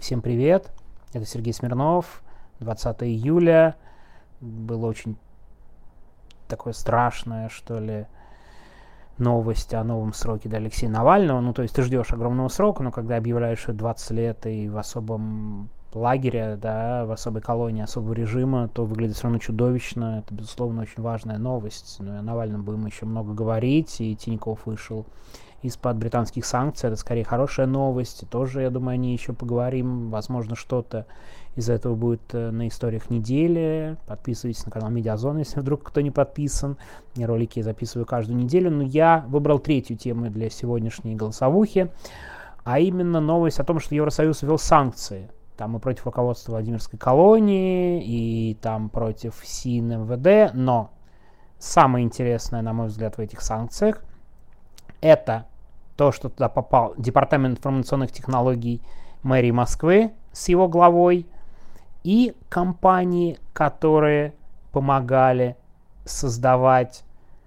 Всем привет, это Сергей Смирнов, 20 июля, было очень такое страшное, что ли, новость о новом сроке для Алексея Навального. Ну, то есть ты ждешь огромного срока, но когда объявляешь, что 20 лет и в особом лагере, да, в особой колонии особого режима, то выглядит все равно чудовищно. Это, безусловно, очень важная новость. Но и о Навальном будем еще много говорить, и Тинькофф вышел из-под британских санкций. Это скорее хорошая новость. Тоже, я думаю, о ней еще поговорим. Возможно, что-то из этого будет на историях недели. Подписывайтесь на канал Медиазона, если вдруг кто не подписан. Ролики я записываю каждую неделю. Но я выбрал третью тему для сегодняшней голосовухи. А именно новость о том, что Евросоюз ввел санкции. Там и против руководства Владимирской колонии, и там против СИН, МВД. Но самое интересное, на мой взгляд, в этих санкциях это то, что туда попал Департамент информационных технологий мэрии Москвы с его главой и компании, которые помогали создавать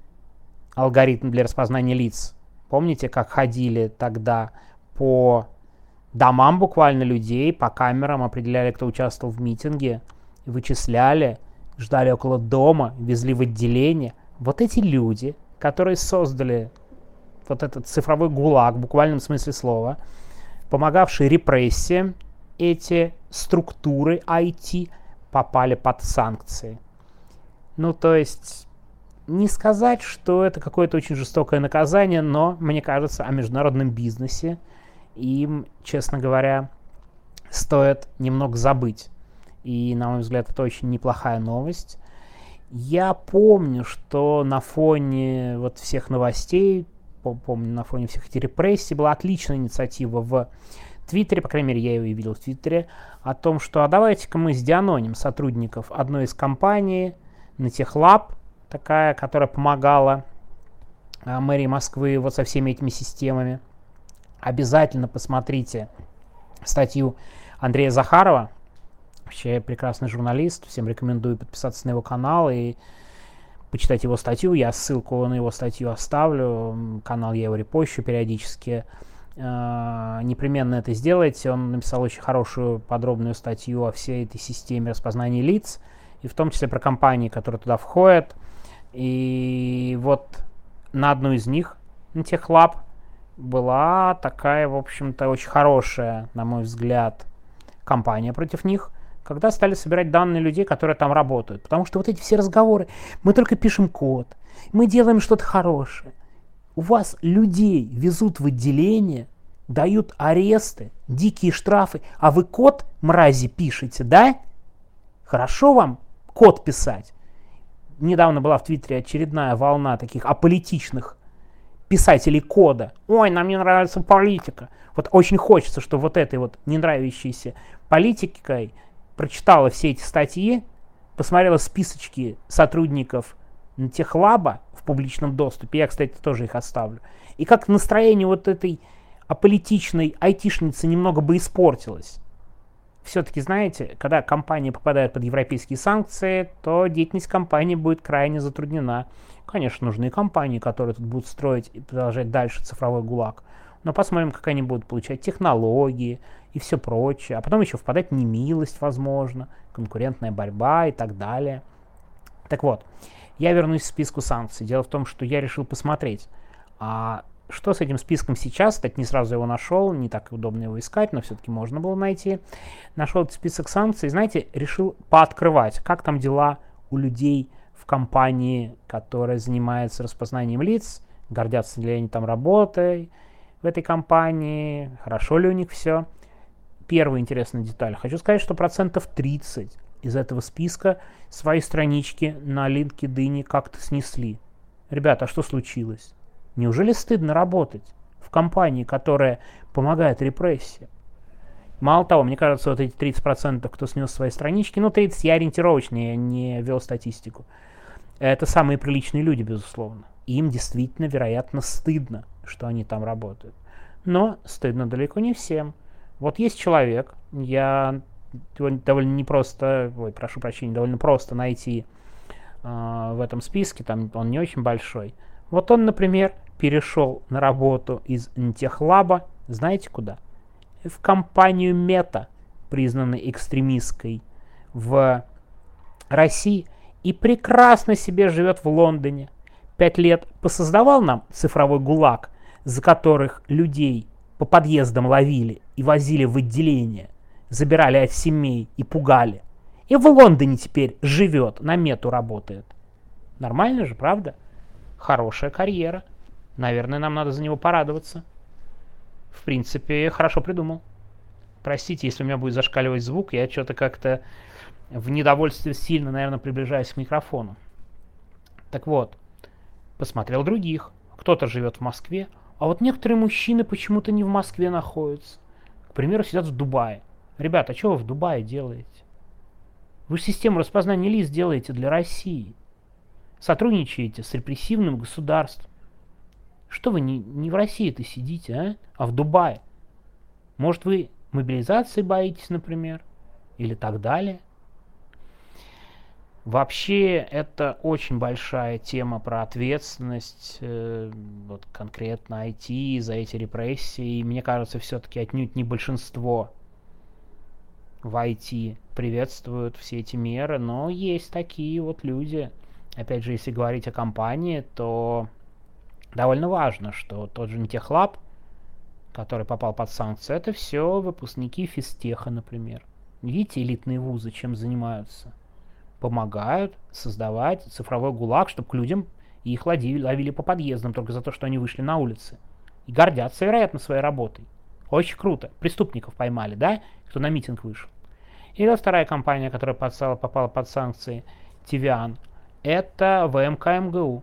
алгоритм для распознания лиц. Помните, как ходили тогда по домам буквально людей, по камерам, определяли, кто участвовал в митинге, вычисляли, ждали около дома, везли в отделение. Вот эти люди, которые создали вот этот цифровой ГУЛАГ, в буквальном смысле слова, помогавшие репрессиям, эти структуры IT попали под санкции. Ну, то есть, не сказать, что это какое-то очень жестокое наказание, но, мне кажется, о международном бизнесе им, честно говоря, стоит немного забыть. И, на мой взгляд, это очень неплохая новость. Я помню, что на фоне вот всех новостей, помню, на фоне всех этих репрессий была отличная инициатива в Твиттере, по крайней мере, я ее видел в Твиттере, о том, что а давайте-ка мы сдианоним сотрудников одной из компаний, Natechlab, такая, которая помогала мэрии Москвы вот со всеми этими системами. Обязательно посмотрите статью Андрея Захарова, вообще прекрасный журналист, всем рекомендую подписаться на его канал и почитать его статью, я ссылку на его статью оставлю, канал я его репощу периодически, непременно это сделайте, он написал очень хорошую подробную статью о всей этой системе распознания лиц, и в том числе про компании, которые туда входят, и вот на одну из них, Natechlab, была такая, в общем-то, очень хорошая, на мой взгляд, кампания против них, когда стали собирать данные людей, которые там работают. Потому что вот эти все разговоры, мы только пишем код, мы делаем что-то хорошее. У вас людей везут в отделение, дают аресты, дикие штрафы, а вы код, мрази, пишете, да? Хорошо вам код писать? Недавно была в Твиттере очередная волна таких аполитичных писателей кода. Ой, нам не нравится политика. Вот очень хочется, чтобы вот этой вот не нравящейся политикой прочитала все эти статьи, посмотрела списочки сотрудников Natechlab в публичном доступе, я, кстати, тоже их оставлю, и как настроение вот этой аполитичной айтишницы немного бы испортилось. Все-таки, знаете, когда компания попадает под европейские санкции, то деятельность компании будет крайне затруднена. Конечно, нужны компании, которые тут будут строить и продолжать дальше цифровой ГУЛАГ. Но посмотрим, как они будут получать технологии и все прочее. А потом еще впадать в немилость, возможно, конкурентная борьба и так далее. Так вот, я вернусь к списку санкций. Дело в том, что я решил посмотреть, что с этим списком сейчас. Кстати, не сразу его нашел, не так удобно его искать, но все-таки можно было найти. Нашел этот список санкций, знаете, решил пооткрывать, как там дела у людей в компании, которая занимается распознанием лиц, гордятся ли они там работой в этой компании, хорошо ли у них все. Первая интересная деталь. Хочу сказать, что 30% из этого списка свои странички на LinkedIn как-то снесли. Ребята, а что случилось? Неужели стыдно работать в компании, которая помогает репрессиям? Мало того, мне кажется, вот эти 30%, кто снес свои странички, 30 я ориентировочно, я не вел статистику, это самые приличные люди, безусловно. Им действительно, вероятно, стыдно, что они там работают. Но стыдно далеко не всем. Вот есть человек, я довольно непросто, прошу прощения, довольно просто найти в этом списке, там он не очень большой. Вот он, например, перешел на работу из Natechlab, знаете куда? В компанию Meta. признанной экстремистской в России, и прекрасно себе живет в Лондоне. 5 лет посоздавал нам цифровой ГУЛАГ, за которых людей по подъездам ловили и возили в отделение, забирали от семей и пугали. И в Лондоне теперь живет, на мету работает. Нормально же, правда? Хорошая карьера. Наверное, нам надо за него порадоваться. В принципе, хорошо придумал. Простите, если у меня будет зашкаливать звук, я что-то как-то в недовольстве сильно, наверное, приближаюсь к микрофону. Так вот, посмотрел других. Кто-то живет в Москве, а вот некоторые мужчины почему-то не в Москве находятся. К примеру, сидят в Дубае. Ребята, а что вы в Дубае делаете? Вы же систему распознания лиц делаете для России. Сотрудничаете с репрессивным государством. Что вы не в России-то сидите, а в Дубае? Может, вы мобилизации боитесь, например? Или так далее? Вообще, это очень большая тема про ответственность, вот конкретно IT за эти репрессии. И мне кажется, все-таки отнюдь не большинство в IT приветствуют все эти меры, но есть такие вот люди. Опять же, если говорить о компании, то довольно важно, что тот же Нтехлаб, который попал под санкции, это все выпускники физтеха, например. Видите, элитные вузы чем занимаются? Помогают создавать цифровой ГУЛАГ, чтобы к людям их ловили по подъездам только за то, что они вышли на улицы. И гордятся, вероятно, своей работой. Очень круто. Преступников поймали, да? Кто на митинг вышел. И вот вторая компания, которая попала под санкции, Тивиан, это ВМК МГУ.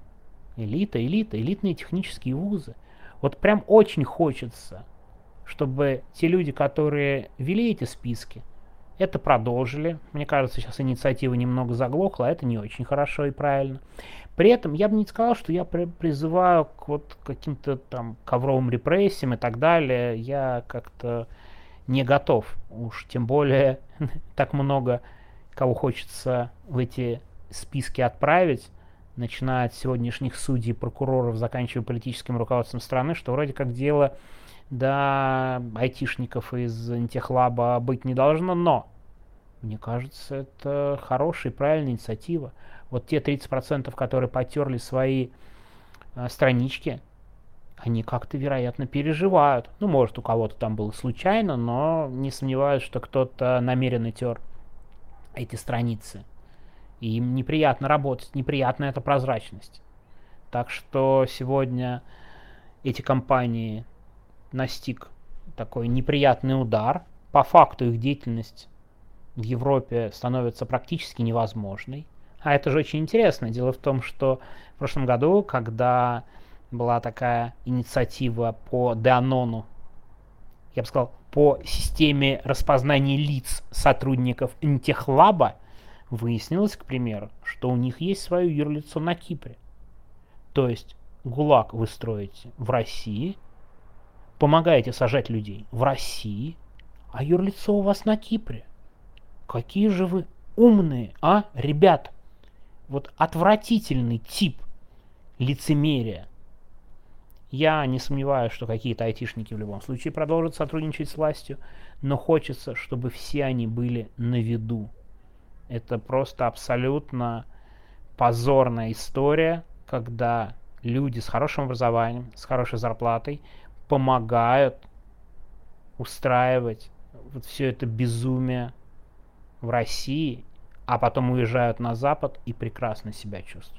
Элитные технические вузы. Вот прям очень хочется, чтобы те люди, которые вели эти списки, это продолжили. Мне кажется, сейчас инициатива немного заглохла, а это не очень хорошо и правильно. При этом я бы не сказал, что я призываю к вот каким-то там ковровым репрессиям и так далее. Я как-то не готов. Уж тем более так много кого хочется в эти списки отправить, начиная от сегодняшних судей, прокуроров, заканчивая политическим руководством страны, что вроде как дело до айтишников из Нтехлаба быть не должно, но мне кажется, это хорошая и правильная инициатива. Вот те 30%, которые потерли свои странички, они как-то, вероятно, переживают. Ну, может, у кого-то там было случайно, но не сомневаюсь, что кто-то намеренно тер эти страницы. И им неприятно работать, неприятна эта прозрачность. Так что сегодня эти компании настиг такой неприятный удар. По факту их деятельность в Европе становится практически невозможной. А это же очень интересно. Дело в том, что в прошлом году, когда была такая инициатива по Деанону, я бы сказал, по системе распознания лиц сотрудников Нтехлаба, выяснилось, к примеру, что у них есть свое юрлицо на Кипре. То есть ГУЛАГ вы строите в России, помогаете сажать людей в России, а юрлицо у вас на Кипре. Какие же вы умные, а, ребят? Вот отвратительный тип лицемерия. Я не сомневаюсь, что какие-то айтишники в любом случае продолжат сотрудничать с властью, но хочется, чтобы все они были на виду. Это просто абсолютно позорная история, когда люди с хорошим образованием, с хорошей зарплатой помогают устраивать вот все это безумие в России, а потом уезжают на Запад и прекрасно себя чувствуют.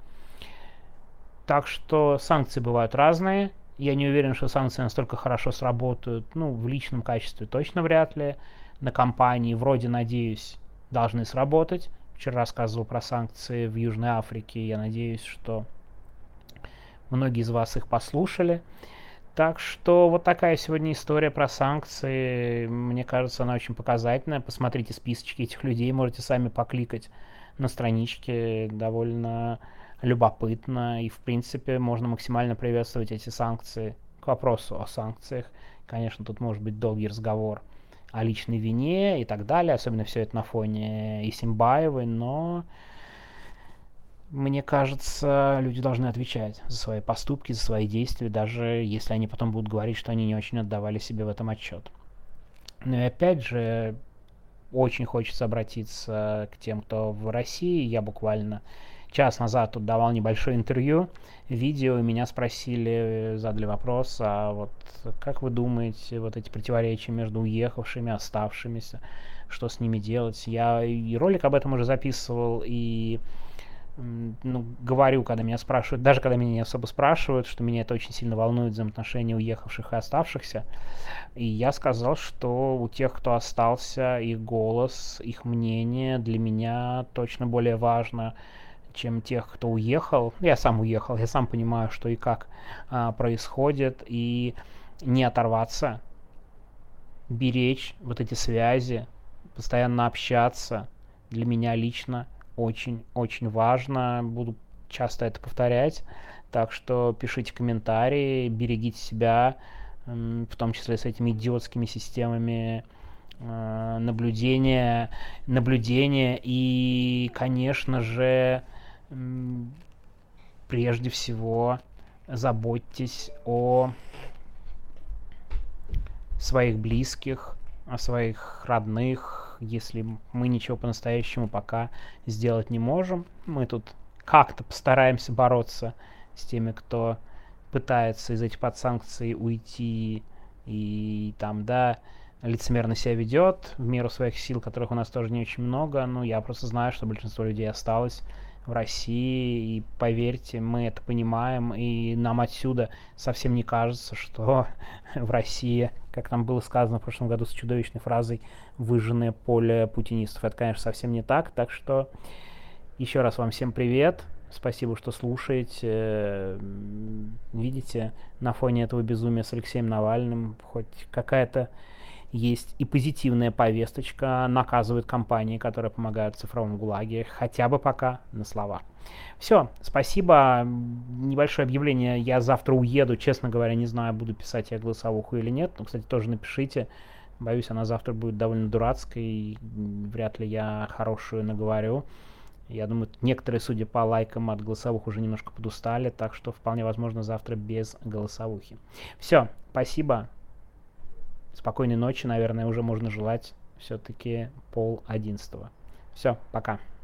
Так что санкции бывают разные. Я не уверен, что санкции настолько хорошо сработают. Ну, в личном качестве точно вряд ли. На компании вроде, надеюсь, должны сработать. Вчера рассказывал про санкции в Южной Африке. Я надеюсь, что многие из вас их послушали. Так что вот такая сегодня история про санкции. Мне кажется, она очень показательная. Посмотрите списочки этих людей, можете сами покликать на страничке. Довольно любопытно. И, в принципе, можно максимально приветствовать эти санкции. К вопросу о санкциях. Конечно, тут может быть долгий разговор о личной вине и так далее. Особенно все это на фоне Исимбаевой. Но мне кажется, люди должны отвечать за свои поступки, за свои действия, даже если они потом будут говорить, что они не очень отдавали себе в этом отчет. Но и опять же, очень хочется обратиться к тем, кто в России. Я буквально час назад тут давал небольшое интервью, видео, и меня спросили, задали вопрос, а вот как вы думаете, вот эти противоречия между уехавшими, оставшимися, что с ними делать? Я и ролик об этом уже записывал, и ну, говорю, когда меня спрашивают, даже когда меня не особо спрашивают, что меня это очень сильно волнует, взаимоотношения уехавших и оставшихся. И я сказал, что у тех, кто остался, их голос, их мнение для меня точно более важно, чем тех, кто уехал. Я сам уехал, я сам понимаю, что и как происходит, и не оторваться, беречь вот эти связи, постоянно общаться для меня лично очень-очень важно. Буду часто это повторять. Так что пишите комментарии, берегите себя, в том числе с этими идиотскими системами наблюдения и, конечно же, прежде всего заботьтесь о своих близких, о своих родных. Если мы ничего по-настоящему пока сделать не можем, мы тут как-то постараемся бороться с теми, кто пытается из этих подсанкций уйти и там, да, лицемерно себя ведет в меру своих сил, которых у нас тоже не очень много. Ну, я просто знаю, что большинство людей осталось в России, и поверьте, мы это понимаем, и нам отсюда совсем не кажется, что в России, как нам было сказано в прошлом году с чудовищной фразой, выжженное поле путинистов. Это, конечно, совсем не так, так что еще раз вам всем привет, спасибо, что слушаете. Видите, на фоне этого безумия с Алексеем Навальным хоть какая-то есть и позитивная повесточка, наказывают компании, которые помогают в цифровом ГУЛАГе, хотя бы пока на слова. Все, спасибо. Небольшое объявление. Я завтра уеду, честно говоря, не знаю, буду писать я голосовуху или нет. Но, кстати, тоже напишите. Боюсь, она завтра будет довольно дурацкой, и вряд ли я хорошую наговорю. Я думаю, некоторые, судя по лайкам от голосовых, уже немножко подустали, так что вполне возможно завтра без голосовухи. Все, спасибо. Спокойной ночи, наверное, уже можно желать все-таки 10:30. Все, пока.